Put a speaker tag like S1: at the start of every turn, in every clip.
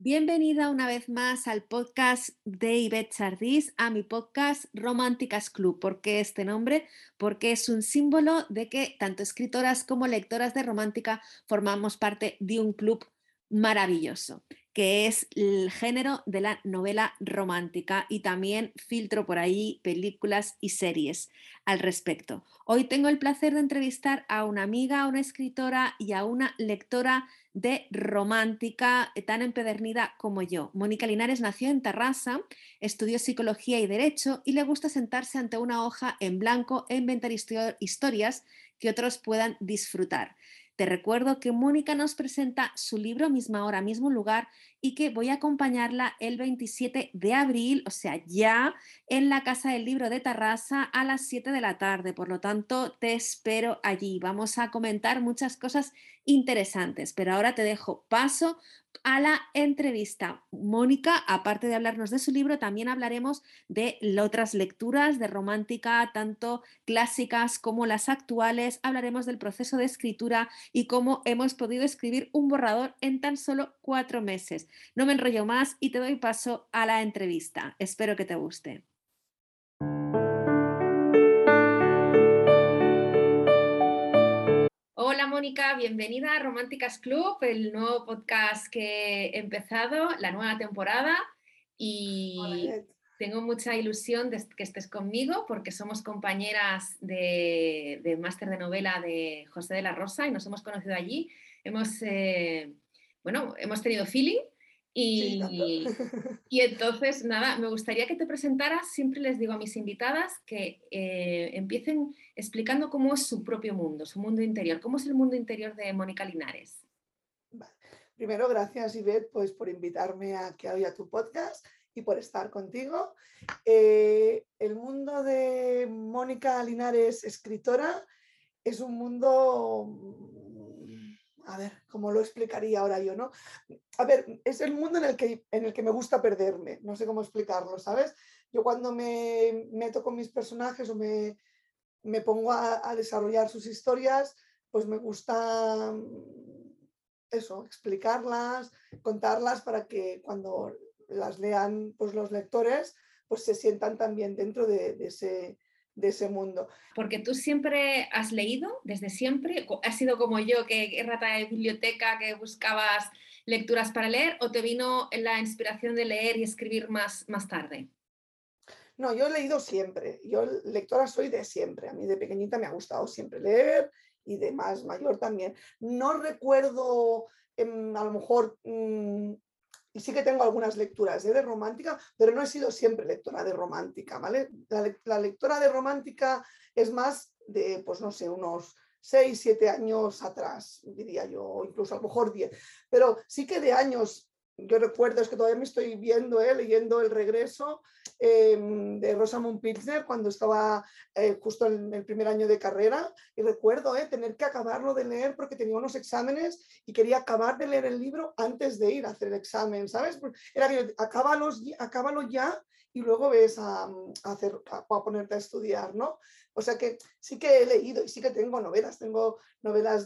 S1: Bienvenida una vez más al podcast de Ivette Sardís, a mi podcast Románticas Club. ¿Por qué este nombre? Porque es un símbolo de que tanto escritoras como lectoras de romántica formamos parte de un club maravilloso, que es el género de la novela romántica, y también filtro por ahí películas y series al respecto. Hoy tengo el placer de entrevistar a una amiga, a una escritora y a una lectora de romántica tan empedernida como yo. Mónica Linares nació en Tarrasa, estudió psicología y derecho y le gusta sentarse ante una hoja en blanco e inventar historias que otros puedan disfrutar. Te recuerdo que Mónica nos presenta su libro Misma hora, mismo lugar, y que voy a acompañarla el 27 de abril, o sea, ya en la Casa del Libro de Tarrasa a las 7 de la tarde. Por lo tanto, te espero allí. Vamos a comentar muchas cosas interesantes, pero ahora te dejo paso a la entrevista. Mónica, aparte de hablarnos de su libro, también hablaremos de otras lecturas de romántica, tanto clásicas como las actuales. Hablaremos del proceso de escritura y cómo hemos podido escribir un borrador en tan solo 4 meses. No me enrollo más y te doy paso a la entrevista. Espero que te guste. Hola Mónica, bienvenida a Románticas Club, el nuevo podcast que he empezado, la nueva temporada,
S2: Hola,
S1: y
S2: Ivette.
S1: tengo mucha ilusión de que estés conmigo porque somos compañeras de máster de novela de José de la Rosa y nos hemos conocido allí. Hemos, hemos tenido feeling
S2: Sí, tanto.
S1: y, y entonces, nada, me gustaría que te presentaras. Siempre les digo a mis invitadas que empiecen explicando cómo es su propio mundo, su mundo interior. ¿Cómo es el mundo interior de Mónica Linares?
S2: Vale. Primero, gracias, Ivette, pues, por invitarme aquí hoy a tu podcast y por estar contigo. El mundo de Mónica Linares, escritora, es un mundo, a ver, ¿cómo lo explicaría ahora yo, no? A ver, es el mundo en el que me gusta perderme, no sé cómo explicarlo, ¿sabes? Yo cuando me meto con mis personajes o me pongo a desarrollar sus historias, pues me gusta eso, explicarlas, contarlas para que cuando las lean pues, los lectores, pues se sientan también dentro de ese mundo.
S1: Porque tú siempre has leído, desde siempre. ¿Has sido como yo, que rata de biblioteca, que buscabas lecturas para leer, o te vino la inspiración de leer y escribir más tarde?
S2: No, yo he leído siempre, yo lectora soy de siempre, a mí de pequeñita me ha gustado siempre leer y de más mayor también. No recuerdo, a lo mejor, y sí que tengo algunas lecturas de romántica, pero no he sido siempre lectora de romántica, ¿vale? La lectora de romántica es más de, pues no sé, unos 6 7 años atrás, diría yo, o incluso a lo mejor 10, pero sí que de años. Yo recuerdo, es que todavía me estoy viendo, leyendo El regreso de Rosamund Pilcher cuando estaba justo en el primer año de carrera, y recuerdo tener que acabarlo de leer porque tenía unos exámenes y quería acabar de leer el libro antes de ir a hacer el examen, ¿sabes? Era que acábalo ya y luego ves a ponerte a estudiar, ¿no? O sea que sí que he leído y sí que tengo novelas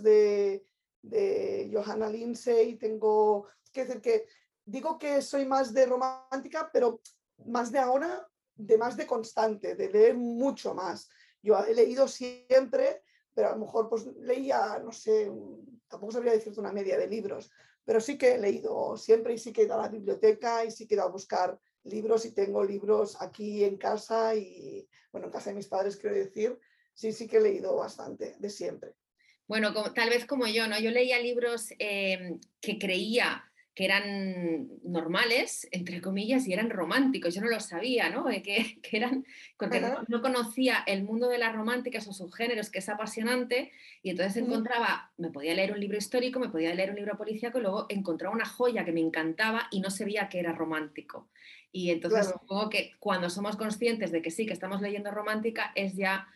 S2: de Johanna Lindsay, tengo, que decir que digo que soy más de romántica, pero más de ahora, de más de constante, de leer mucho más. Yo he leído siempre, pero a lo mejor pues leía, no sé, tampoco sabría decirte una media de libros, pero sí que he leído siempre y sí que he ido a la biblioteca y sí que he ido a buscar libros y tengo libros aquí en casa y, bueno, en casa de mis padres quiero decir, sí que he leído bastante, de siempre.
S1: Bueno, tal vez como yo, ¿no? Yo leía libros que creía que eran normales, entre comillas, y eran románticos. Yo no lo sabía, ¿no? Que eran, porque no conocía el mundo de las románticas o subgéneros, que es apasionante, y entonces encontraba, me podía leer un libro histórico, me podía leer un libro policíaco, y luego encontraba una joya que me encantaba y no sabía que era romántico. Y entonces
S2: Claro.
S1: supongo que cuando somos conscientes de que sí, que estamos leyendo romántica, es ya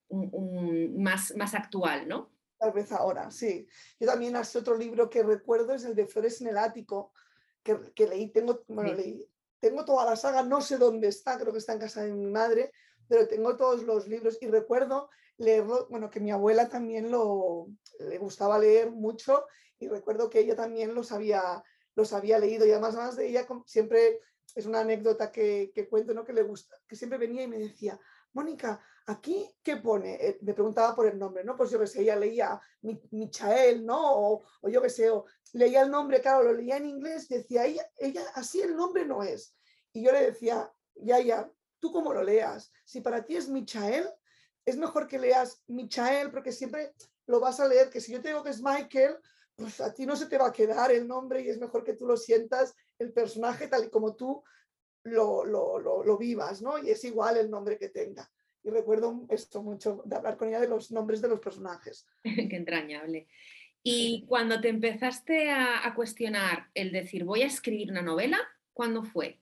S1: más actual, ¿no?
S2: Tal vez ahora, sí. Yo también hace otro libro que recuerdo es el de Flores en el ático, que leí,
S1: Sí.
S2: tengo toda la saga, no sé dónde está, creo que está en casa de mi madre, pero tengo todos los libros y recuerdo leerlo, bueno, que mi abuela también le gustaba leer mucho y recuerdo que ella también los había los había leído y además de ella siempre es una anécdota que cuento, ¿no? Que le gusta, que siempre venía y me decía, Mónica, ¿aquí qué pone? Me preguntaba por el nombre, ¿no? Pues yo que sé, ella leía Michael, ¿no? O yo que sé, o leía el nombre, claro, lo leía en inglés, decía, ella así el nombre no es. Y yo le decía, ya, tú como lo leas, si para ti es Michael, es mejor que leas Michael, porque siempre lo vas a leer, que si yo te digo que es Michael, pues a ti no se te va a quedar el nombre y es mejor que tú lo sientas, el personaje tal y como tú lo vivas, ¿no? Y es igual el nombre que tenga. Y recuerdo esto mucho de hablar con ella de los nombres de los personajes.
S1: Qué entrañable. Y cuando te empezaste a cuestionar el decir, voy a escribir una novela, ¿cuándo fue?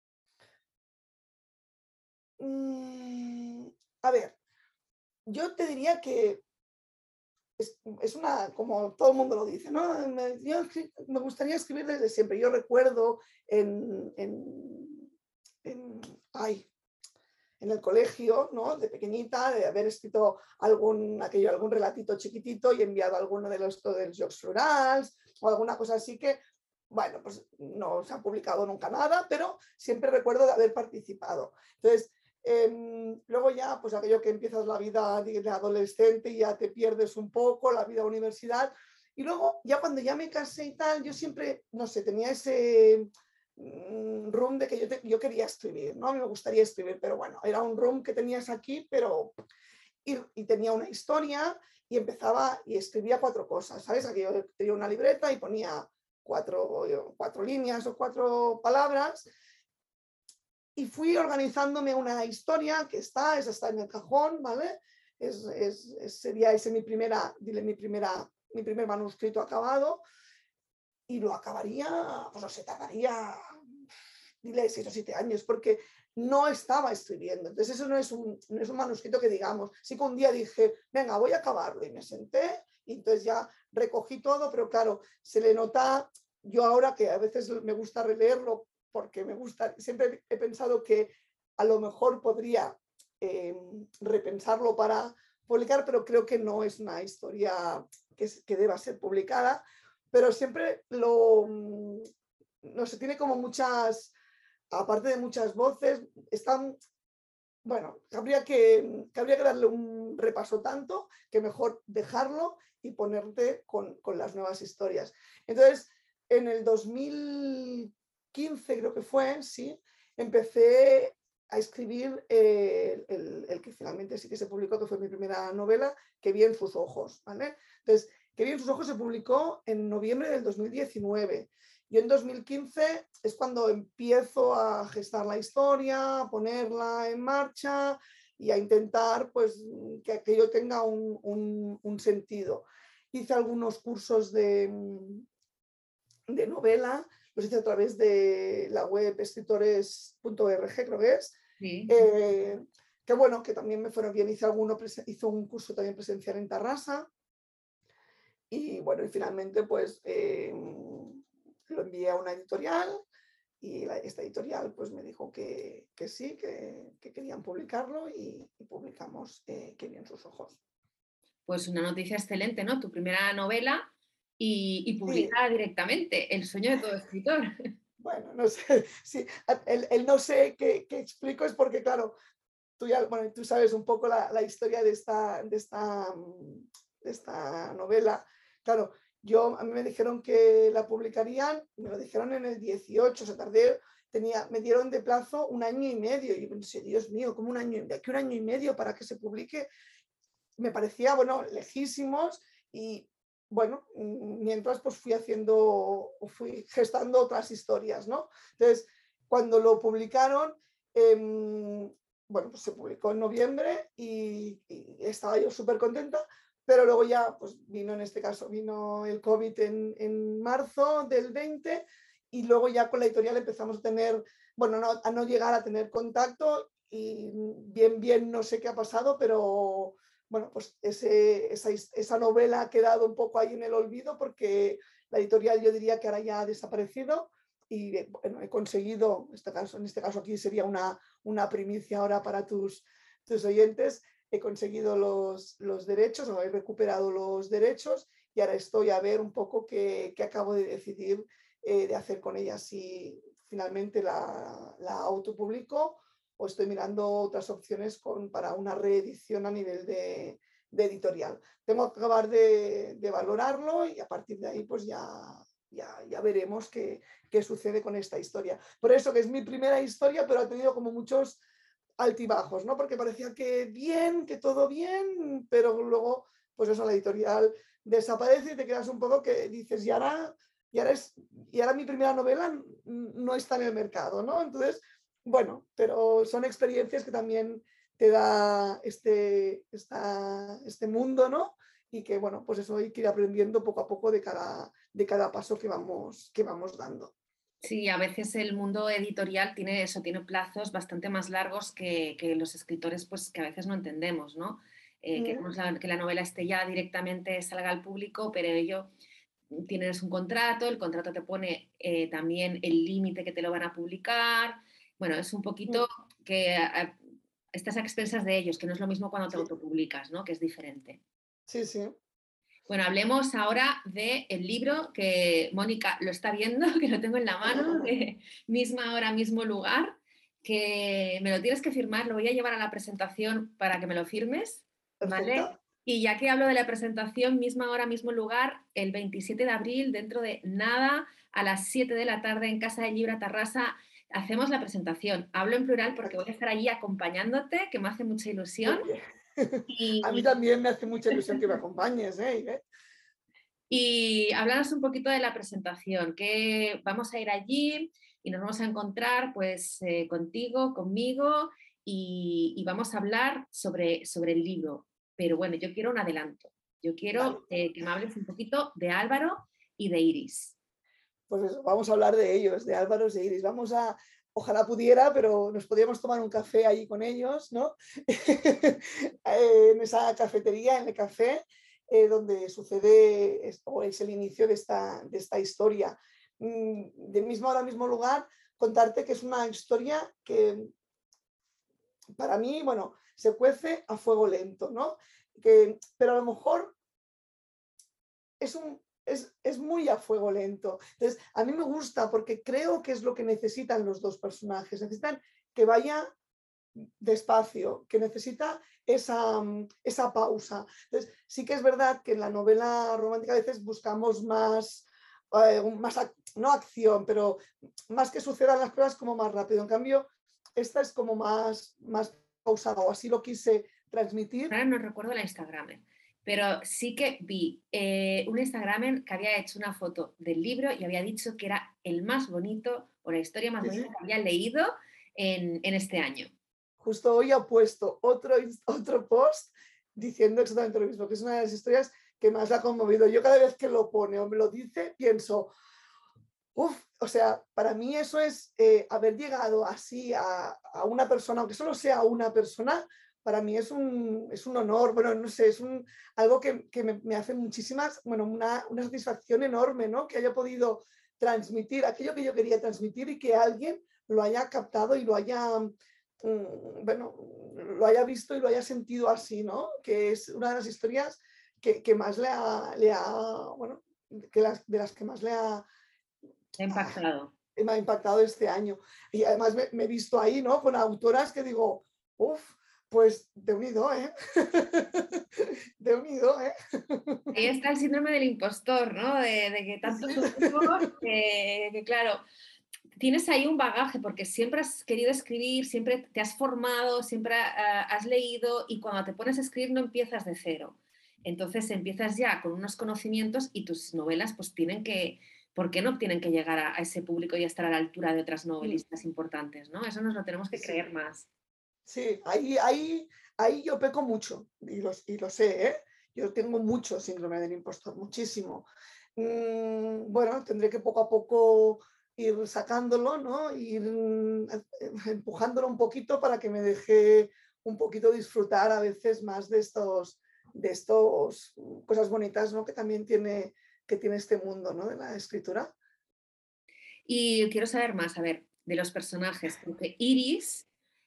S2: A ver, yo te diría que es una, como todo el mundo lo dice, ¿no? Me gustaría escribir desde siempre. Yo recuerdo en, ay, en el colegio, ¿no? De pequeñita, de haber escrito algún relatito chiquitito y enviado alguno de los Jocs Florals o alguna cosa así que, bueno, pues no se ha publicado nunca nada, pero siempre recuerdo de haber participado. Entonces, luego ya, pues aquello que empiezas la vida de adolescente y ya te pierdes un poco, la vida universidad. Y luego, ya cuando ya me casé y tal, yo siempre, no sé, tenía ese room de que yo quería escribir, ¿no? A mí me gustaría escribir, pero bueno, era un room que tenías aquí, pero y tenía una historia y empezaba y escribía 4 cosas, ¿sabes? Aquí yo tenía una libreta y ponía 4 líneas o 4 palabras y fui organizándome una historia que esa está en el cajón, ¿vale? Sería ese mi primer manuscrito acabado y lo acabaría, pues no sé, tardaría, dile 6 o 7 años, porque no estaba escribiendo. Entonces eso no es un manuscrito que digamos, sí que un día dije, venga, voy a acabarlo y me senté y entonces ya recogí todo, pero claro, se le nota, yo ahora que a veces me gusta releerlo porque me gusta, siempre he pensado que a lo mejor podría repensarlo para publicar, pero creo que no es una historia que deba ser publicada, pero siempre no se tiene como aparte de muchas voces, están, bueno, habría que darle un repaso tanto que mejor dejarlo y ponerte con las nuevas historias. Entonces, en el 2015 creo que fue, sí, empecé a escribir el que finalmente sí que se publicó, que fue mi primera novela, Que vi en sus ojos, ¿vale? Entonces, Que vi en sus ojos se publicó en noviembre del 2019. Yo en 2015 es cuando empiezo a gestar la historia, a ponerla en marcha y a intentar pues, que aquello tenga un sentido. Hice algunos cursos de novela, los hice a través de la web escritores.org, creo que es.
S1: Sí.
S2: Que bueno, que también me fueron bien. Hice un curso también presencial en Tarrasa. Y bueno, y finalmente pues lo envié a una editorial y esta editorial pues me dijo que sí, que querían publicarlo y publicamos Que vi en sus ojos.
S1: Pues una noticia excelente, ¿no? Tu primera novela y
S2: Sí,
S1: publicada directamente, el sueño de todo escritor.
S2: bueno, no sé, sí, el no sé qué explico es porque claro, tú sabes un poco la historia de esta novela. Claro, a mí me dijeron que la publicarían, me lo dijeron en el 18, o sea, me dieron de plazo 1 año y medio. Y yo pensé, Dios mío, ¿cómo 1 año? ¿De aquí 1 año y medio para que se publique? Me parecía, bueno, lejísimos y bueno, mientras pues fui gestando otras historias, ¿no? Entonces, cuando lo publicaron, bueno, pues se publicó en noviembre y estaba yo súper contenta, pero luego ya, pues en este caso, vino el COVID en marzo del 20 y luego ya con la editorial empezamos a tener, bueno, a no llegar a tener contacto y bien, no sé qué ha pasado, pero bueno, pues esa novela ha quedado un poco ahí en el olvido porque la editorial yo diría que ahora ya ha desaparecido y bueno, he conseguido, en este caso aquí sería una primicia ahora para tus oyentes, he conseguido los derechos o he recuperado los derechos y ahora estoy a ver un poco qué acabo de decidir de hacer con ella, si finalmente la autopublico o estoy mirando otras opciones para una reedición a nivel de editorial. Tengo que acabar de valorarlo y a partir de ahí pues ya veremos qué sucede con esta historia. Por eso que es mi primera historia, pero ha tenido como muchos altibajos, ¿no? Porque parecía que bien, que todo bien, pero luego, pues eso, la editorial desaparece y te quedas un poco que dices, y ahora mi primera novela no está en el mercado, ¿no? Entonces, bueno, pero son experiencias que también te da este mundo, ¿no? Y que, bueno, pues eso hay que ir aprendiendo poco a poco de cada paso que vamos dando.
S1: Sí, a veces el mundo editorial tiene eso, tiene plazos bastante más largos que los escritores, pues que a veces no entendemos, ¿no?
S2: Mm,
S1: Queremos que la novela esté ya directamente salga al público, pero ello tienes un contrato, el contrato te pone también el límite que te lo van a publicar. Bueno, es un poquito
S2: mm,
S1: que estás a expensas de ellos, que no es lo mismo cuando te
S2: sí,
S1: autopublicas, ¿no? Que es diferente.
S2: sí, sí.
S1: Bueno, hablemos ahora del libro que Mónica lo está viendo, que lo tengo en la mano, de misma hora, mismo lugar, que me lo tienes que firmar, lo voy a llevar a la presentación para que me lo firmes, ¿vale?
S2: Perfecto.
S1: Y ya que hablo de la presentación, misma hora, mismo lugar, el 27 de abril, dentro de nada, a las 7 de la tarde, en Casa de Llibre Tarrasa, hacemos la presentación. Hablo en plural porque voy a estar allí acompañándote, que me hace mucha
S2: Muy
S1: ilusión.
S2: bien. A mí
S1: Y,
S2: también me hace mucha ilusión que me acompañes, ¿eh? Ivette?
S1: Y háblanos un poquito de la presentación, que vamos a ir allí y nos vamos a encontrar pues contigo, conmigo y vamos a hablar sobre el libro. Pero bueno, yo quiero un adelanto. Yo
S2: Vale,
S1: quiero que me hables un poquito de Álvaro y de Iris.
S2: pues eso, vamos a hablar de ellos, de Álvaro e Iris. Ojalá pudiera, pero nos podríamos tomar un café allí con ellos, ¿no? En esa cafetería, en el café, donde sucede, o es el inicio de esta historia. De misma hora, mismo lugar, contarte que es una historia que para mí, bueno, se cuece a fuego lento, ¿no? Pero a lo mejor es muy a fuego lento. Entonces, a mí me gusta porque creo que es lo que necesitan los dos personajes. Necesitan que vaya despacio, que necesita esa pausa. Entonces, sí que es verdad que en la novela romántica a veces buscamos no acción, pero más que sucedan las cosas como más rápido. En cambio, esta es como más pausada, o así lo quise transmitir.
S1: Ahora no recuerdo la Instagramer, pero sí que vi un Instagramer que había hecho una foto del libro y había dicho que era el más bonito o la historia más
S2: Sí,
S1: bonita
S2: sí.
S1: que había leído en este año.
S2: Justo hoy ha puesto otro post diciendo exactamente lo mismo, que es una de las historias que más la ha conmovido. Yo cada vez que lo pone o me lo dice, pienso, uff, o sea, para mí eso es haber llegado así a una persona, aunque solo sea una persona, para mí es un honor, bueno, no sé, algo que me hace bueno, una satisfacción enorme, ¿no? Que haya podido transmitir aquello que yo quería transmitir y que alguien lo haya captado y bueno, lo haya visto y lo haya sentido así, ¿no? Que es una de las historias que más bueno, de las que más
S1: Me ha impactado.
S2: me ha impactado este año. Y además me he visto ahí, ¿no? Con autoras que digo, uff, pues de unido, ¿eh? De unido, ¿eh?
S1: Ahí está el síndrome del impostor, ¿no? De que
S2: Sí,
S1: tanto
S2: sí.
S1: sufrimos que, claro, tienes ahí un bagaje porque siempre has querido escribir, siempre te has formado, siempre has leído y cuando te pones a escribir no empiezas de cero. Entonces empiezas ya con unos conocimientos y tus novelas pues tienen que, ¿por qué no tienen que llegar a ese público y estar a la altura de otras novelistas importantes, ¿no? Eso nos lo tenemos
S2: Sí,
S1: que
S2: sí.
S1: creer más.
S2: Sí, ahí yo peco mucho y lo sé, ¿eh? Yo tengo mucho síndrome del impostor, muchísimo. Bueno, tendré que poco a poco ir sacándolo, ¿no? Ir empujándolo un poquito para que me deje un poquito disfrutar a veces más de estos cosas bonitas, ¿no? Que tiene este mundo, ¿no? De la escritura.
S1: Y quiero saber más, a ver, de los personajes, porque Iris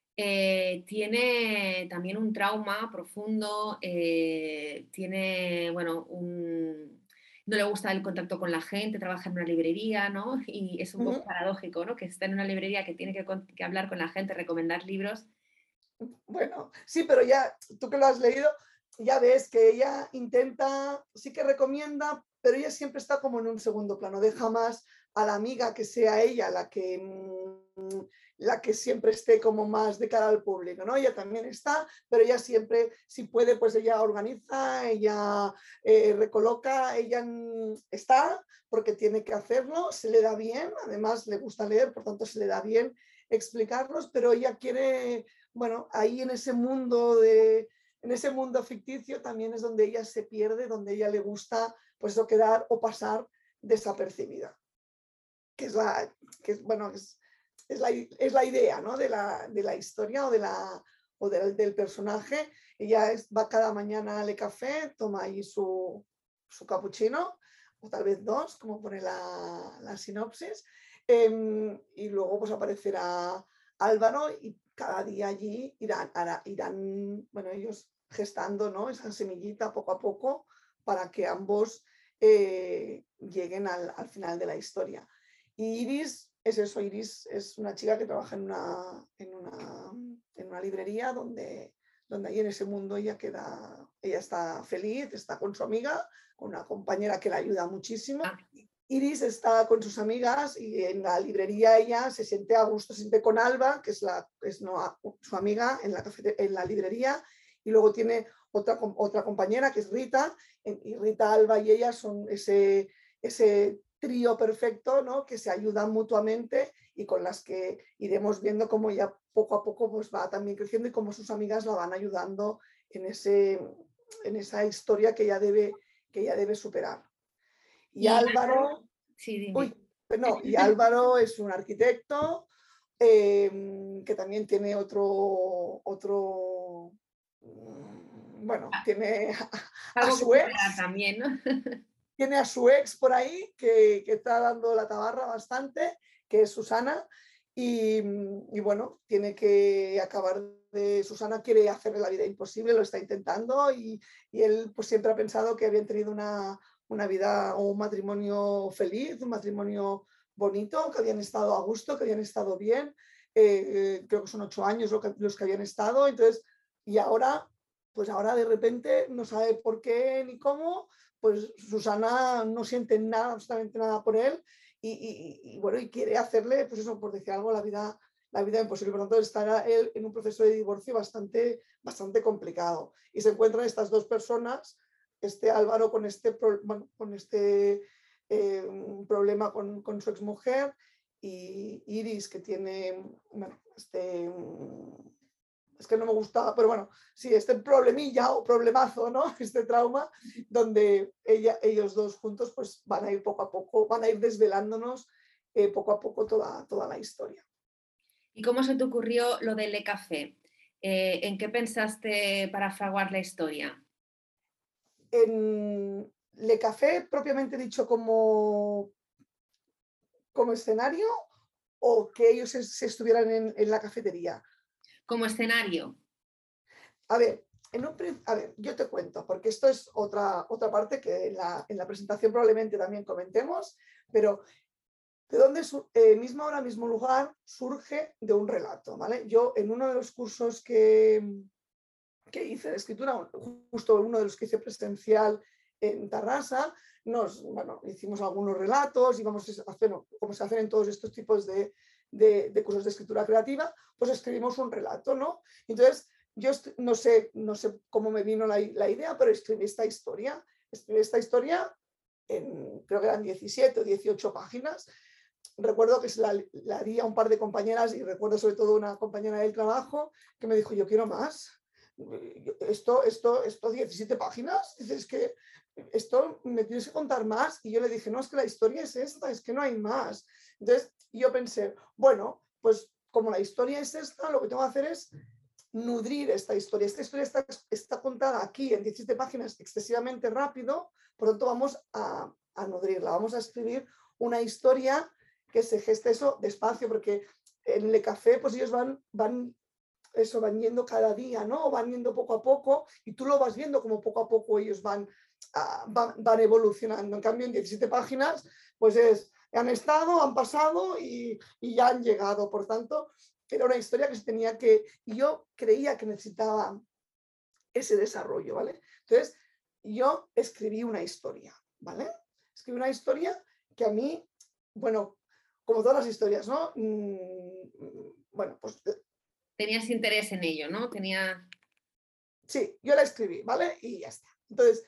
S1: tiene también un trauma profundo, tiene, bueno, no le gusta el contacto con la gente, trabaja en una librería, ¿no? Y es un poco
S2: Ujú.
S1: paradójico, ¿no? Que está en una librería que tiene que hablar con la gente, recomendar libros.
S2: Bueno, sí, pero ya, tú que lo has leído, ya ves que ella intenta, sí que recomienda, pero ella siempre está como en un segundo plano, deja más a la amiga que sea ella la que siempre esté como más de cara al público, ¿no? Ella también está, pero ella siempre, si puede, pues ella organiza, ella recoloca, ella está porque tiene que hacerlo, se le da bien, además le gusta leer, por tanto se le da bien explicarlos, pero ella quiere, bueno, ahí en ese mundo ficticio también es donde ella se pierde, donde a ella le gusta pues eso, quedar o pasar desapercibida, que es la, que es, bueno, es la idea, ¿no? De la historia del personaje. Ella va cada mañana al café, toma ahí su cappuccino, o tal vez dos, como pone la sinopsis, y luego pues aparecerá Álvaro y cada día allí irán bueno, ellos gestando, ¿no? Esa semillita poco a poco para que ambos lleguen al final de la historia. Y Iris es eso, Iris es una chica que trabaja en una librería donde ahí en ese mundo ella está feliz, está con su amiga, con una compañera que la ayuda muchísimo.
S1: Ah,
S2: Iris está con sus amigas y en la librería ella se siente a gusto, se siente con Alba, que es no, su amiga en la librería, y luego tiene otra compañera que es Rita, y Rita, Alba y ella son ese trío perfecto, ¿no? Que se ayudan mutuamente y con las que iremos viendo cómo ya poco a poco pues, va también creciendo y cómo sus amigas la van ayudando en esa historia que ella debe superar. Y
S1: y
S2: Álvaro,
S1: sí,
S2: uy,
S1: dime.
S2: no, y Álvaro es un arquitecto que también tiene bueno, tiene a
S1: Algo que
S2: su
S1: superar
S2: ex,
S1: también, ¿no?
S2: tiene a su ex por ahí que está dando la tabarra bastante, que es Susana, y bueno, tiene que acabar Susana quiere hacerle la vida imposible, lo está intentando y él pues siempre ha pensado que habían tenido una vida o un matrimonio feliz, un matrimonio bonito, que habían estado a gusto, que habían estado bien, creo que son 8 años los que habían estado, entonces, y ahora, pues ahora de repente no sabe por qué ni cómo, pues Susana no siente nada, absolutamente nada por él y bueno, y quiere hacerle, pues eso, por decir algo, la vida imposible. Por lo tanto, estará él en un proceso de divorcio bastante complicado. Y se encuentran estas dos personas, este Álvaro con este problema con su exmujer y Iris que tiene, bueno, es que no me gustaba, pero bueno, sí, este problemilla o problemazo, ¿no? Este trauma, donde ellos dos juntos pues van a ir poco a poco, van a ir desvelándonos poco a poco toda la historia.
S1: ¿Y cómo se te ocurrió lo del café? ¿En qué pensaste para fraguar la historia?
S2: En Le Café, propiamente dicho como escenario, o que ellos se estuvieran en la cafetería.
S1: Como escenario.
S2: A ver, a ver, yo te cuento, porque esto es otra parte que en la presentación probablemente también comentemos, pero de dónde misma hora, mismo lugar, surge de un relato, ¿vale? Yo en uno de los cursos que hice de escritura, justo uno de los que hice presencial en Tarrasa, bueno, hicimos algunos relatos, íbamos a hacer, como se hacen en todos estos tipos de cursos de escritura creativa, pues escribimos un relato, ¿no? Entonces, yo no sé cómo me vino la idea, pero escribí esta historia. Escribí esta historia creo que eran 17 o 18 páginas. Recuerdo que se la di a un par de compañeras y recuerdo sobre todo una compañera del trabajo que me dijo, yo quiero más. Esto 17 páginas, dices que esto me tienes que contar más. Y yo le dije, no, es que la historia es esta, es que no hay más. Entonces yo pensé, bueno, pues como la historia es esta, lo que tengo que hacer es nutrir esta historia. Esta historia está contada aquí en 17 páginas excesivamente rápido, por lo tanto vamos a nutrirla, vamos a escribir una historia que se geste eso despacio, porque en Le Café pues ellos van yendo cada día, ¿no? Van yendo poco a poco y tú lo vas viendo como poco a poco ellos van van evolucionando. En cambio, en 17 páginas, pues han estado, han pasado y ya han llegado. Por tanto, era una historia que se tenía que, y yo creía que necesitaba ese desarrollo, ¿vale? Entonces, yo escribí una historia, ¿vale? Escribí una historia que a mí, bueno, como todas las historias, ¿no? Bueno, pues
S1: Tenías interés en ello, ¿no?
S2: sí, yo la escribí, ¿vale? Y ya está. Entonces,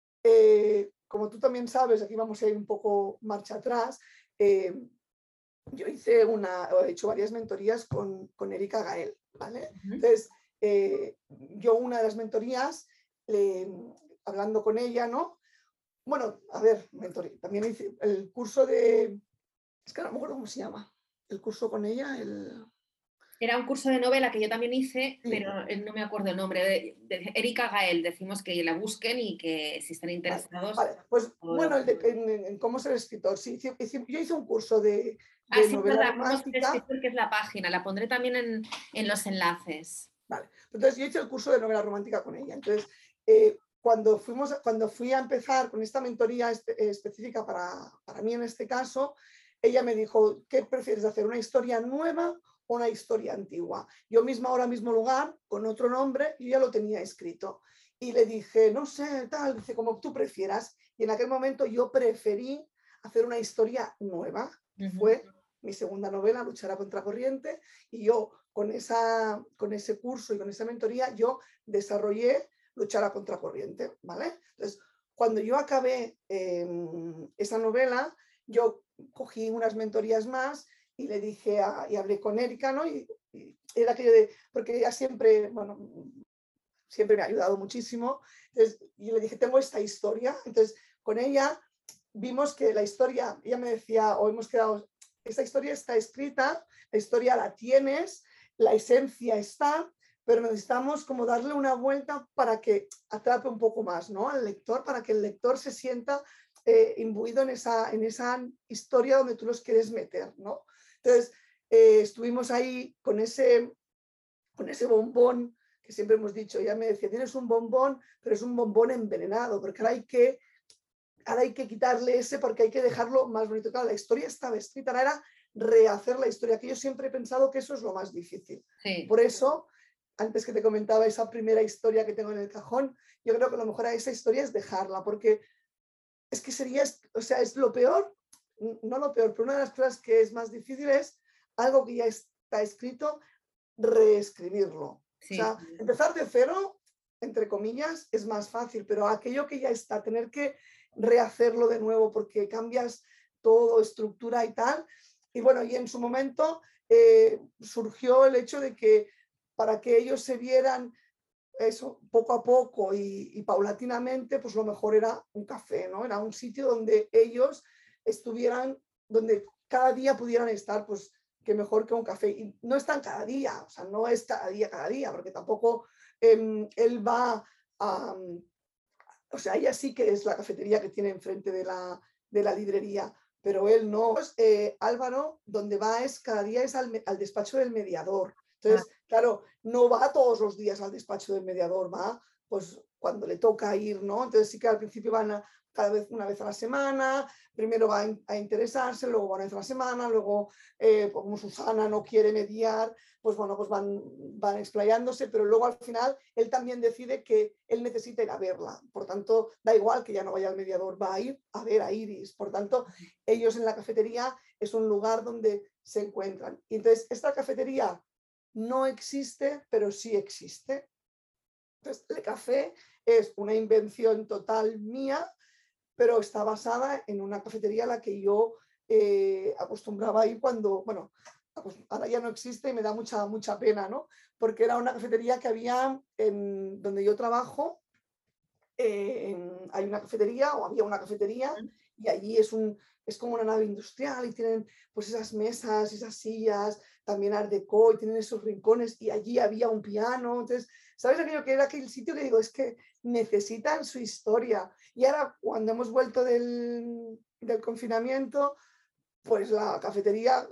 S2: como tú también sabes, aquí vamos a ir un poco marcha atrás. Yo he hecho varias mentorías con Erika Gael, ¿vale? Entonces, yo una de las mentorías, hablando con ella, ¿no? Bueno, a ver, mentoría. También hice el curso de, es que no me acuerdo cómo se llama, el curso con ella,
S1: Era un curso de novela que yo también hice,
S2: sí,
S1: pero no me acuerdo el nombre. De Erika Gael, decimos que la busquen y que si están
S2: vale,
S1: interesados.
S2: vale. Pues bueno, en cómo ser escritor. Sí, yo hice un curso
S1: Ah,
S2: de
S1: sí, es
S2: novela
S1: verdad, cómo ser
S2: romántica.
S1: escritor, que es la página. La pondré también en los enlaces.
S2: Vale. Entonces yo hice el curso de novela romántica con ella. Entonces, cuando fui a empezar con esta mentoría específica para mí en este caso, ella me dijo, ¿qué prefieres hacer? ¿Una historia nueva o una historia antigua? Yo misma ahora mismo lugar, con otro nombre, yo ya lo tenía escrito. Y le dije, no sé, tal, dice, como tú prefieras. Y en aquel momento yo preferí hacer una historia nueva, que fue mi segunda novela, Luchar a contracorriente, y yo con ese curso y con esa mentoría, yo desarrollé Luchar a contracorriente, ¿vale? Entonces, cuando yo acabé esa novela, yo cogí unas mentorías más y le dije, y hablé con Erika, ¿no? Y era aquello de, porque ella siempre, bueno, siempre me ha ayudado muchísimo. Entonces, yo le dije, tengo esta historia. Entonces, con ella vimos que la historia, ella me decía, o hemos quedado, esta historia está escrita, la historia la tienes, la esencia está, pero necesitamos como darle una vuelta para que atrape un poco más, ¿no? Al lector, para que el lector se sienta imbuido en esa historia donde tú los quieres meter, ¿no? Entonces, estuvimos ahí con ese bombón que siempre hemos dicho. Ella me decía, tienes un bombón, pero es un bombón envenenado, porque ahora hay que quitarle ese porque hay que dejarlo más bonito. Claro, la historia estaba escrita, ahora era rehacer la historia, que yo siempre he pensado que eso es lo más difícil.
S1: Sí.
S2: Por eso, antes que te comentaba esa primera historia que tengo en el cajón, yo creo que lo mejor a esa historia es dejarla, porque es que sería, o sea, es lo peor, no lo peor, pero una de las cosas que es más difícil es algo que ya está escrito, reescribirlo. O
S1: Sí,
S2: sea, empezar de cero, entre comillas, es más fácil, pero aquello que ya está, tener que rehacerlo de nuevo porque cambias todo, estructura y tal. Y bueno, y en su momento surgió el hecho de que para que ellos se vieran eso poco a poco y paulatinamente, pues lo mejor era un café, ¿no? Era un sitio donde ellos estuvieran, donde cada día pudieran estar, pues que mejor que un café. Y no están cada día, o sea, no es cada día, porque tampoco él va a... O sea, ella sí que es la cafetería que tiene enfrente de la librería, pero él no. Pues, Álvaro, donde va es cada día es al despacho del mediador.
S1: ah,
S2: Entonces, claro, no va todos los días al despacho del mediador, va pues cuando le toca ir, ¿no? Entonces sí que al principio van cada vez una vez a la semana, primero va a interesarse, luego van una vez a la semana, luego como Susana no quiere mediar, pues bueno, pues van explayándose, pero luego al final él también decide que él necesita ir a verla, por tanto da igual que ya no vaya al mediador, va a ir a ver a Iris, por tanto ellos en la cafetería es un lugar donde se encuentran. Y entonces esta cafetería no existe, pero sí existe. Entonces, el café es una invención total mía, pero está basada en una cafetería a la que yo acostumbraba a ir cuando, bueno, ahora ya no existe y me da mucha pena, ¿no? Porque era una cafetería que había en donde yo trabajo, hay una cafetería o había una cafetería y allí es como una nave industrial y tienen pues esas mesas, esas sillas, también art déco y tienen esos rincones y allí había un piano. Entonces, ¿sabes aquello que era aquel sitio que digo? Es que necesitan su historia. Y ahora cuando hemos vuelto del confinamiento, pues la cafetería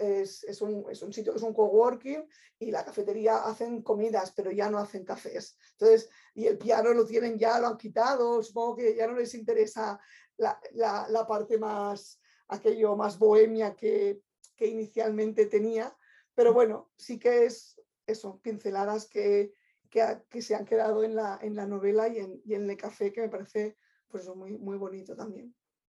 S2: es un sitio que es un coworking y la cafetería hacen comidas, pero ya no hacen cafés. Entonces, y el piano lo tienen ya, lo han quitado, supongo que ya no les interesa la parte más, aquello más bohemia que inicialmente tenía, pero bueno, sí que es eso, pinceladas que se han quedado en la novela y en el café, que me parece pues eso, muy, muy bonito también.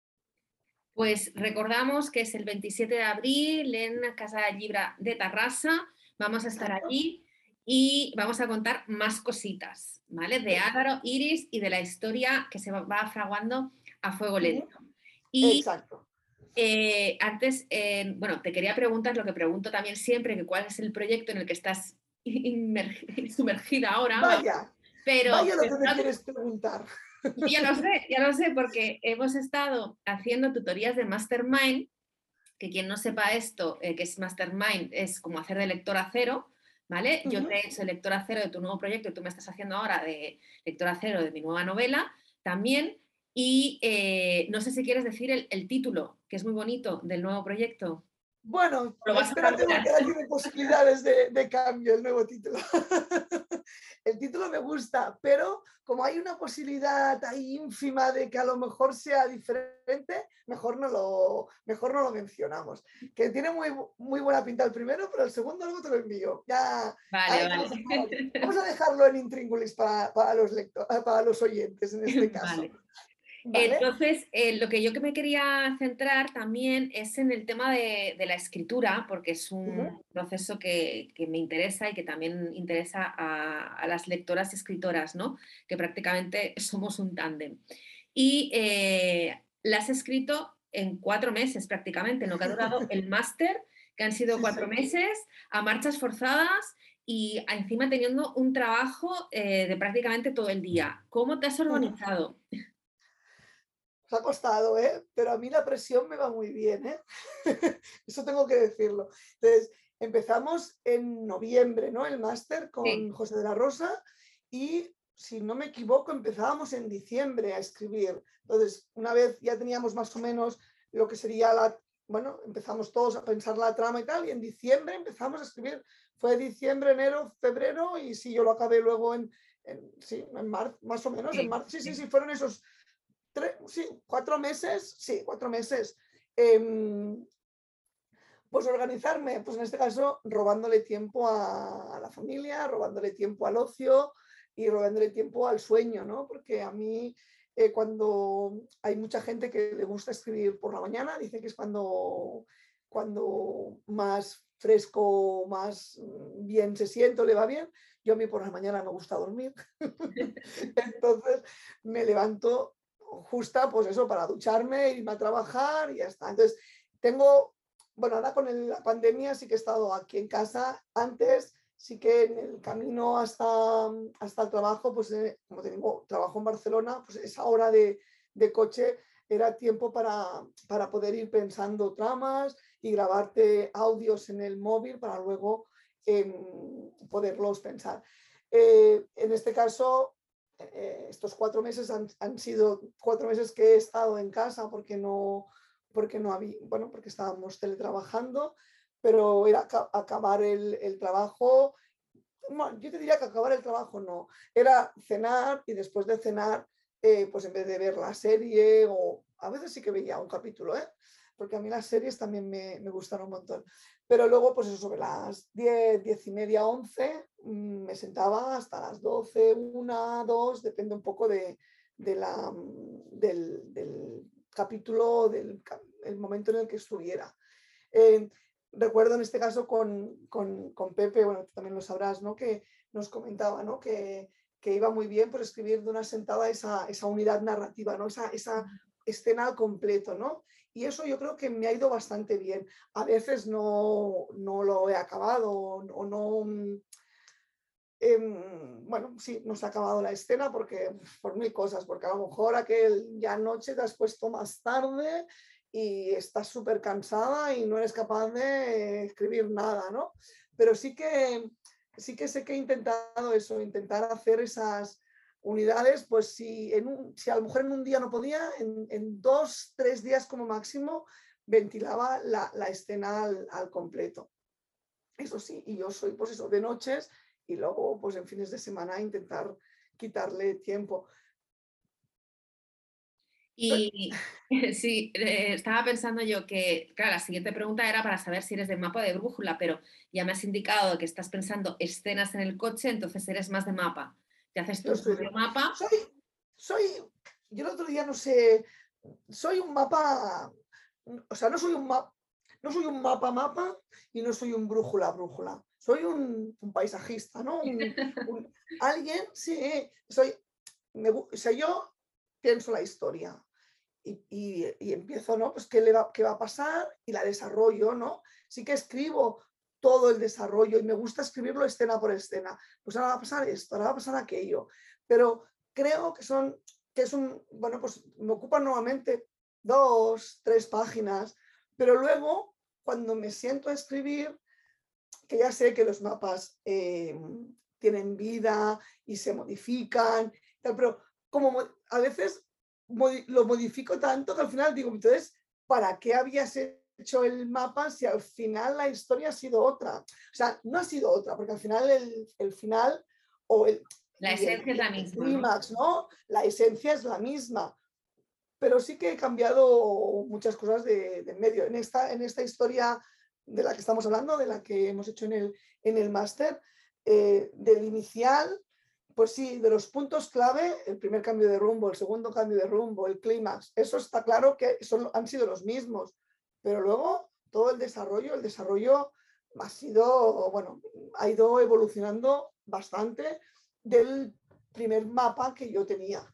S1: Pues recordamos que es el 27 de abril en Casa Llibre de Tarrasa. Vamos a estar
S2: Exacto.
S1: allí y vamos a contar más cositas, ¿vale? De Álvaro, Iris y de la historia que se va fraguando a fuego lento. Y
S2: Exacto.
S1: antes, bueno, te quería preguntar lo que pregunto también siempre, que cuál es el proyecto en el que estás sumergida ahora, ¿vale?
S2: Vaya,
S1: Pero
S2: vaya lo que me quieres preguntar.
S1: ya lo sé, porque hemos estado haciendo tutorías de Mastermind, que quien no sepa esto, que es Mastermind, es como hacer de lectora cero, ¿vale? Yo te he hecho lectora cero de tu nuevo proyecto y tú me estás haciendo ahora de lectora cero de mi nueva novela también. Y no sé si quieres decir el título, que es muy bonito, del nuevo proyecto.
S2: Bueno,
S1: Lo vas a
S2: espérate
S1: cambiar.
S2: porque ahora tiene posibilidades de cambio el nuevo título. El título me gusta, pero como hay una posibilidad ahí ínfima de que a lo mejor sea diferente, mejor no lo mencionamos. Que tiene muy, muy buena pinta el primero, pero el segundo luego te lo envío. Ya,
S1: Vale,
S2: hay
S1: vale.
S2: cosas vamos a dejarlo en intríngulis para los para los oyentes en este caso.
S1: Vale.
S2: ¿Vale?
S1: Entonces, lo que yo que me quería centrar también es en el tema de la escritura, porque es
S2: Ujú.
S1: un proceso que me interesa y que también interesa a las lectoras y escritoras, ¿no? Que prácticamente somos un tándem. Y la has escrito en 4 meses prácticamente, lo que ha durado el máster, que han sido
S2: Sí,
S1: 4 meses, a marchas forzadas y encima teniendo un trabajo de prácticamente todo el día. ¿Cómo te has
S2: sí.
S1: organizado?
S2: Os ha costado, ¿eh? Pero a mí la presión me va muy bien, ¿eh? Eso tengo que decirlo. Entonces, empezamos en noviembre, ¿no? El máster
S1: Sí.
S2: con José de la Rosa y, si no me equivoco, empezábamos en diciembre a escribir. Entonces, una vez ya teníamos más o menos lo que sería bueno, empezamos todos a pensar la trama y tal, y en diciembre empezamos a escribir. Fue diciembre, enero, febrero, y sí, yo lo acabé luego sí, en marzo, más o menos, en
S1: Sí,
S2: marzo. Sí, sí,
S1: sí.
S2: sí, fueron esos sí, 4 meses, sí, 4 meses. Eh, pues organizarme, pues en este caso robándole tiempo a la familia, robándole tiempo al ocio y robándole tiempo al sueño, ¿no? Porque a mí cuando hay mucha gente que le gusta escribir por la mañana, dice que es cuando más fresco, más bien se siente, le va bien. Yo a mí por la mañana me gusta dormir. Entonces me levanto justa, pues eso, para ducharme, irme a trabajar y ya está. Entonces tengo bueno, ahora con la pandemia sí que he estado aquí en casa. Antes sí que en el camino hasta el trabajo, pues como tengo trabajo en Barcelona, pues esa hora de coche era tiempo para poder ir pensando tramas y grabarte audios en el móvil para luego poderlos pensar. En este caso, estos 4 meses han sido 4 meses que he estado en casa porque no había, bueno, porque estábamos teletrabajando, pero era acabar el trabajo. Bueno, yo te diría que acabar el trabajo no, era cenar y después de cenar, pues en vez de ver la serie, o a veces sí que veía un capítulo, ¿eh? Porque a mí las series también me gustaron un montón. Pero luego, pues eso, sobre las 10, 10:30, 11, me sentaba hasta las 12, 1, 2, depende un poco del capítulo, el momento en el que estuviera. Eh, Recuerdo en este caso con Pepe, bueno, tú también lo sabrás, ¿no? Que nos comentaba, ¿no? Que iba muy bien por escribir de una sentada esa unidad narrativa, ¿no? Esa escena al completo, ¿no? Y eso yo creo que me ha ido bastante bien. A veces no lo he acabado o no, bueno, sí, no se ha acabado la escena por mil cosas, porque a lo mejor aquel ya anoche te has puesto más tarde y estás súper cansada y no eres capaz de escribir nada, ¿no? Pero sí que sé que he intentado eso, intentar hacer esas unidades, pues si a lo mejor en un día no podía, en 2, 3 días como máximo, ventilaba la escena al completo. Eso sí, y yo soy pues eso de noches y luego pues en fines de semana intentar quitarle tiempo.
S1: Y sí, estaba pensando yo que, claro, la siguiente pregunta era para saber si eres de mapa o de brújula, pero ya me has indicado que estás pensando escenas en el coche, entonces eres más de mapa. Te haces
S2: Yo
S1: tu
S2: soy,
S1: propio mapa.
S2: soy, soy, yo el otro día no sé, soy un mapa, o sea, no soy un mapa y no soy un brújula. Soy un paisajista, ¿no? Alguien, sí, o sea, yo pienso la historia y empiezo, ¿no? Pues qué va a pasar y la desarrollo, ¿no? Sí que escribo todo el desarrollo y me gusta escribirlo escena por escena. Pues ahora va a pasar esto, ahora va a pasar aquello. Pero creo que es bueno, pues me ocupan nuevamente 2, 3 páginas, pero luego cuando me siento a escribir, que ya sé que los mapas tienen vida y se modifican, pero como a veces lo modifico tanto que al final digo, entonces, ¿para qué habías hecho el mapa si al final la historia ha sido otra? O sea, no ha sido otra, porque al final el final o
S1: La esencia es
S2: y
S1: la
S2: el
S1: misma, ¿no?
S2: clímax, ¿no? La esencia es la misma, pero sí que he cambiado muchas cosas de medio. En esta historia de la que estamos hablando, de la que hemos hecho en el máster, del inicial, pues sí, de los puntos clave, el primer cambio de rumbo, el segundo cambio de rumbo, el clímax, eso está claro que han sido los mismos, pero luego todo el desarrollo ha sido, bueno, ha ido evolucionando bastante del primer mapa que yo tenía.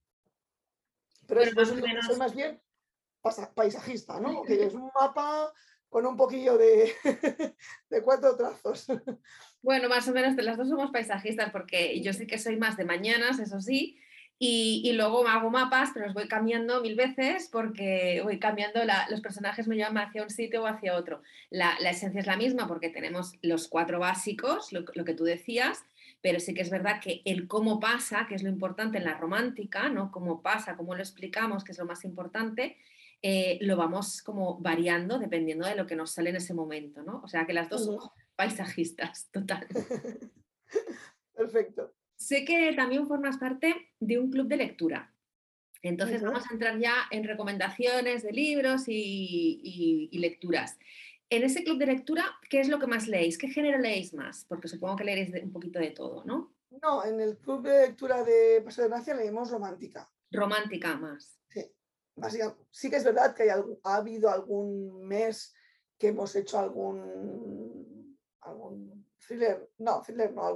S2: Pero
S1: Bueno,
S2: por
S1: más
S2: eso
S1: o
S2: digo que soy
S1: menos.
S2: más bien paisajista, ¿no? Que es un mapa con un poquillo de, de 4 trazos.
S1: Bueno, más o menos de las dos somos paisajistas, porque yo sí que soy más de mañanas, eso sí, y luego hago mapas, pero los voy cambiando 1000 veces porque voy cambiando, los personajes me llevan hacia un sitio o hacia otro. La esencia es la misma porque tenemos los 4 básicos, lo que tú decías, pero sí que es verdad que el cómo pasa, que es lo importante en la romántica, ¿no? Cómo pasa, cómo lo explicamos, que es lo más importante, lo vamos como variando dependiendo de lo que nos sale en ese momento, ¿no? O sea que las dos somos paisajistas, total.
S2: Perfecto.
S1: Sé que también formas parte de un club de lectura. Entonces vamos a entrar ya en recomendaciones de libros y lecturas. En ese club de lectura, ¿qué es lo que más leéis? ¿Qué género leéis más? Porque supongo que leeréis un poquito de todo, ¿no?
S2: No, en el club de lectura de Paso de Gracia leemos romántica.
S1: Romántica más.
S2: Sí, sí que es verdad que ha habido algún mes que hemos hecho algún thriller no,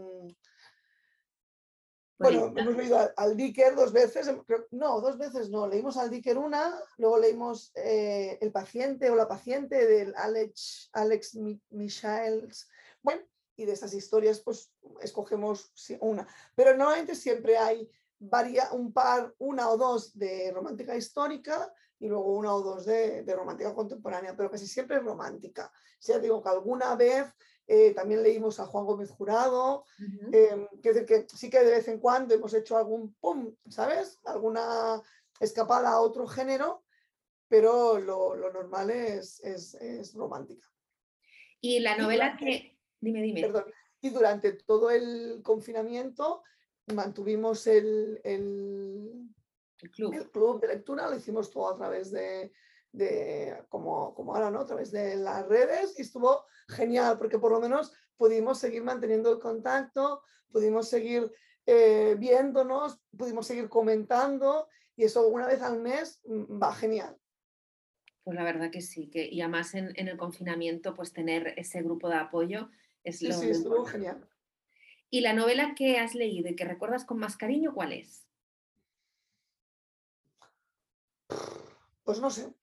S2: bueno, hemos
S1: Policial.
S2: leído al Dicker 2 veces, no, 2 veces no, leímos al Dicker una, luego leímos El paciente o la paciente del Alex Michaels, bueno, y de esas historias pues escogemos una, pero normalmente siempre hay una o dos de romántica histórica y luego una o dos de romántica contemporánea, pero casi siempre es romántica. O sea, digo que alguna vez también leímos a Juan Gómez Jurado.
S1: Ujú.
S2: Quiero decir que sí que de vez en cuando hemos hecho algún pum, ¿sabes? Alguna escapada a otro género, pero lo normal es romántica.
S1: Y la
S2: Y
S1: novela
S2: durante,
S1: que... Dime, dime.
S2: perdón, y durante todo el confinamiento mantuvimos
S1: El club.
S2: el club de lectura, lo hicimos todo a través como ahora, ¿no? A través de las redes y estuvo genial porque por lo menos pudimos seguir manteniendo el contacto, pudimos seguir viéndonos, pudimos seguir comentando y eso una vez al mes va genial.
S1: Pues la verdad que sí, que, y además en el confinamiento, pues tener ese grupo de apoyo es
S2: Sí, sí,
S1: lo
S2: estuvo
S1: importante.
S2: genial.
S1: ¿Y la novela que has leído y que recuerdas con más cariño, cuál es?
S2: Pues no sé.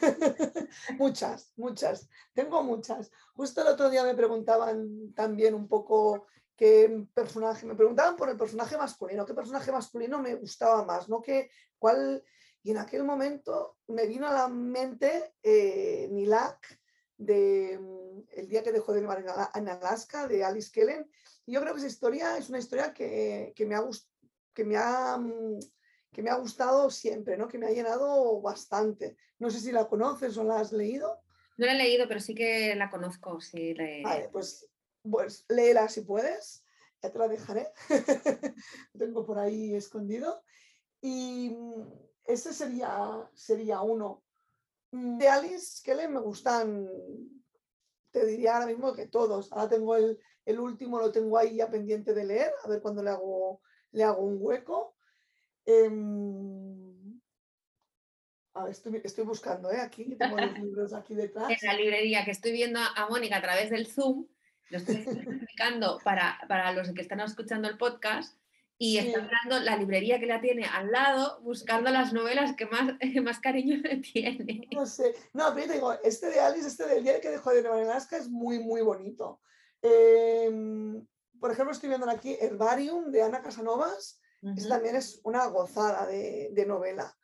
S2: Muchas. Tengo muchas. Justo el otro día me preguntaban también un poco qué personaje, me preguntaban por el personaje masculino, qué personaje masculino me gustaba más, ¿no? ¿Cuál? Y en aquel momento me vino a la mente Nilak de El día que dejó de nevar en Alaska, de Alice Kellen. Y yo creo que esa historia es una historia que me ha me ha gustado siempre, ¿no? Que me ha llenado bastante. No sé si la conoces o la has leído.
S1: No la he leído, pero sí que la conozco. Sí,
S2: Vale, pues léela si puedes, ya te la dejaré. Lo tengo por ahí escondido. Y ese sería uno. De Alice Kelly me gustan, te diría ahora mismo que todos. Ahora tengo el último, lo tengo ahí ya pendiente de leer, a ver cuándo le hago un hueco. A ver, estoy buscando, aquí tengo los libros aquí
S1: En
S2: detrás.
S1: la librería que estoy viendo a Mónica a través del Zoom, lo estoy explicando para los que están escuchando el podcast, y está
S2: Sí,
S1: mirando la librería que la tiene al lado, buscando las novelas que más, más cariño le tiene.
S2: no sé. No, pero yo te digo, este de Alice, este del día que dejó de Nebraska es muy, muy bonito. Por ejemplo, estoy viendo aquí Herbarium de Ana Casanovas. Este también es una gozada de novela.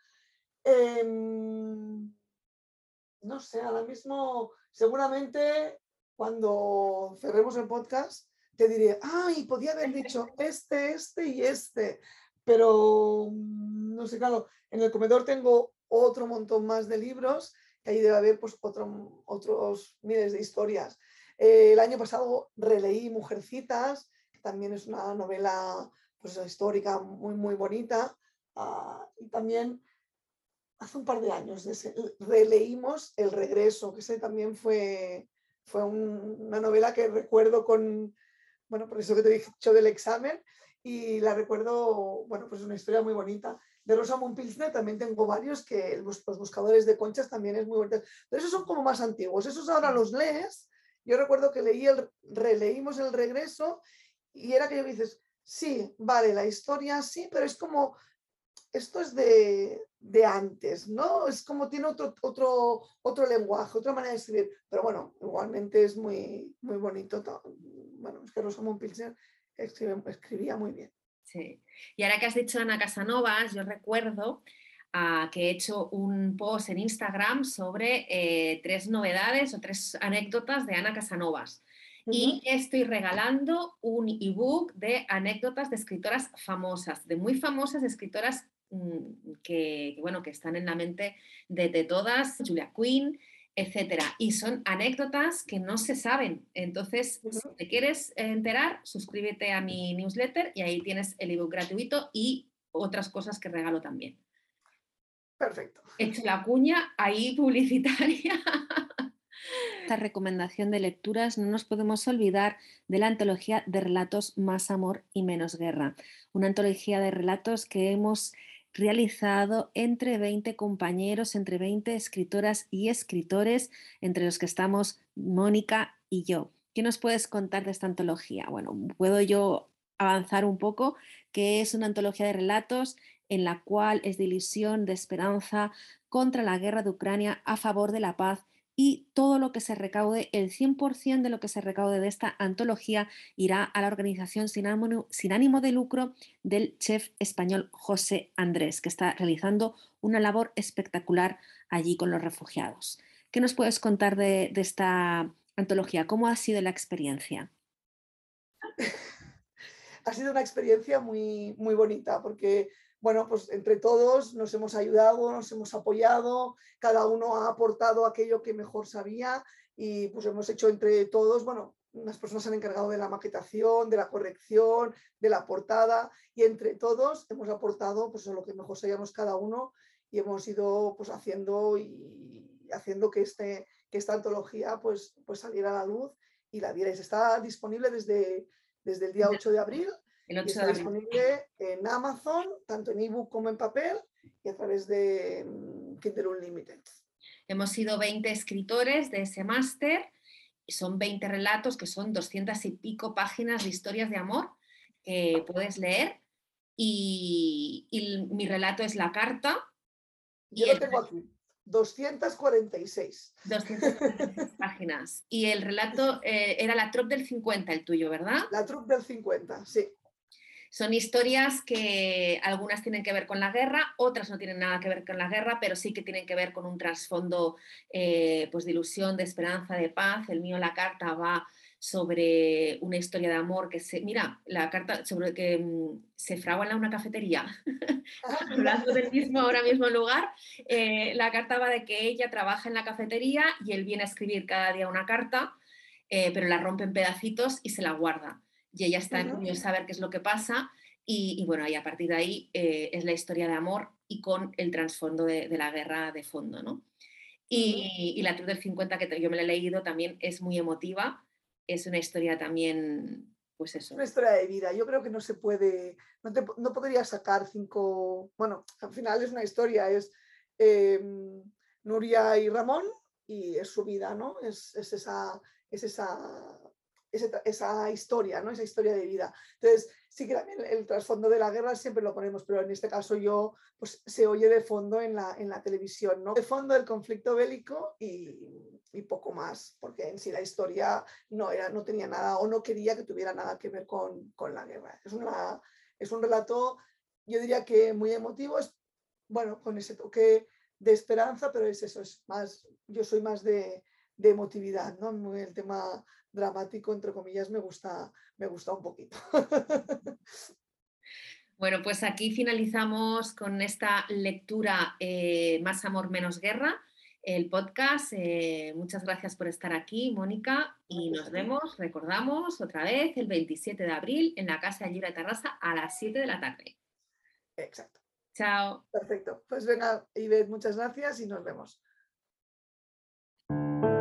S2: No sé, ahora mismo, seguramente cuando cerremos el podcast, te diré, ay, podía haber dicho este y este, pero no sé, claro, en el comedor tengo otro montón más de libros, que ahí debe haber pues otros miles de historias. El año pasado releí Mujercitas, que también es una novela pues, histórica muy, muy bonita, y también hace un par de años releímos El Regreso, que ese también fue una novela que recuerdo bueno, por eso que te he dicho del examen, y la recuerdo, bueno, pues es una historia muy bonita. De Rosamund Pilsner también tengo varios, que Los Buscadores de Conchas también es muy bonito. Pero esos son como más antiguos, esos ahora los lees. Yo recuerdo que releímos El Regreso y era que yo dices, sí, vale, la historia sí, pero es como esto es de antes, ¿no? Es como tiene otro lenguaje, otra manera de escribir, pero bueno, igualmente es muy, muy bonito. Bueno, es que Rosamund Pilcher escribía muy bien.
S1: Sí. Y ahora que has dicho Ana Casanovas, yo recuerdo que he hecho un post en Instagram sobre 3 novedades o 3 anécdotas de Ana Casanovas. Y estoy regalando un ebook de anécdotas de escritoras famosas, de muy famosas escritoras bueno, que están en la mente de todas, Julia Quinn, etcétera. Y son anécdotas que no se saben. Entonces, si te quieres enterar, suscríbete a mi newsletter y ahí tienes el ebook gratuito y otras cosas que regalo también.
S2: Perfecto.
S1: He hecho la cuña ahí publicitaria. Esta recomendación de lecturas no nos podemos olvidar de la antología de relatos Más amor y menos guerra, una antología de relatos que hemos realizado entre 20 compañeros, entre 20 escritoras y escritores, entre los que estamos Mónica y yo. ¿Qué nos puedes contar de esta antología? Bueno, puedo yo avanzar un poco, que es una antología de relatos en la cual es de ilusión, de esperanza contra la guerra de Ucrania, a favor de la paz, y todo lo que se recaude, el 100% de lo que se recaude de esta antología irá a la organización sin ánimo de lucro del chef español José Andrés, que está realizando una labor espectacular allí con los refugiados. ¿Qué nos puedes contar de esta antología? ¿Cómo ha sido la experiencia?
S2: Ha sido una experiencia muy, muy bonita porque, bueno, pues entre todos nos hemos ayudado, nos hemos apoyado, cada uno ha aportado aquello que mejor sabía y pues hemos hecho entre todos, bueno, unas personas se han encargado de la maquetación, de la corrección, de la portada y entre todos hemos aportado pues lo que mejor sabíamos cada uno y hemos ido pues haciendo que esta antología pues saliera a la luz y la vierais. Está disponible desde el día 8 de abril
S1: El
S2: y
S1: 8
S2: está
S1: de abril.
S2: disponible en Amazon, tanto en ebook como en papel y a través de Kindle Unlimited.
S1: Hemos sido 20 escritores de ese máster y son 20 relatos que son 200 y pico páginas de historias de amor que puedes leer y mi relato es La carta
S2: Yo
S1: y
S2: lo
S1: el
S2: tengo aquí, 246.
S1: 246 páginas. Y el relato era La Trop del 50, el tuyo, ¿verdad?
S2: La troupe del 50, sí.
S1: Son historias que algunas tienen que ver con la guerra, otras no tienen nada que ver con la guerra, pero sí que tienen que ver con un trasfondo pues de ilusión, de esperanza, de paz. El mío, la carta, va sobre una historia de amor que se... Mira, la carta sobre que se fragua en una cafetería,
S2: Ah, mira.
S1: hablando del mismo, ahora mismo lugar. La carta va de que ella trabaja en la cafetería y él viene a escribir cada día una carta, pero la rompe en pedacitos y se la guarda. Y ella está
S2: Ujú,
S1: curiosa a ver qué es lo que pasa y bueno, y a partir de ahí es la historia de amor y con el trasfondo de la guerra de fondo, ¿no?
S2: ujú.
S1: Y la Cruz del 50, que yo me la he leído, también es muy emotiva. Es una historia también, pues
S2: Es una
S1: eso.
S2: historia de vida. Yo creo que no se puede, no podría sacar cinco, bueno, al final es una historia, es eh, Nuria y Ramón y es su vida, ¿no? Es esa historia, ¿no? Esa historia de vida. Entonces, sí que también el trasfondo de la guerra siempre lo ponemos, pero en este caso yo, pues se oye de fondo en la televisión, ¿no? De fondo el conflicto bélico y poco más, porque en sí la historia no tenía nada o no quería que tuviera nada que ver con la guerra. Es un relato, yo diría que muy emotivo, es, bueno, con ese toque de esperanza, pero es eso, es más, yo soy más de emotividad, ¿no? El tema dramático, entre comillas, me gusta un poquito.
S1: Bueno, pues aquí finalizamos con esta lectura Más amor, menos guerra, el podcast. Muchas gracias por estar aquí, Mónica, y
S2: Gracias
S1: nos
S2: a ti.
S1: vemos, recordamos, otra vez el 27 de abril en la Casa de Llibre de Tarrasa a las 7 de la tarde.
S2: Exacto.
S1: Chao.
S2: Perfecto. Pues venga, Ivette, muchas gracias y nos vemos.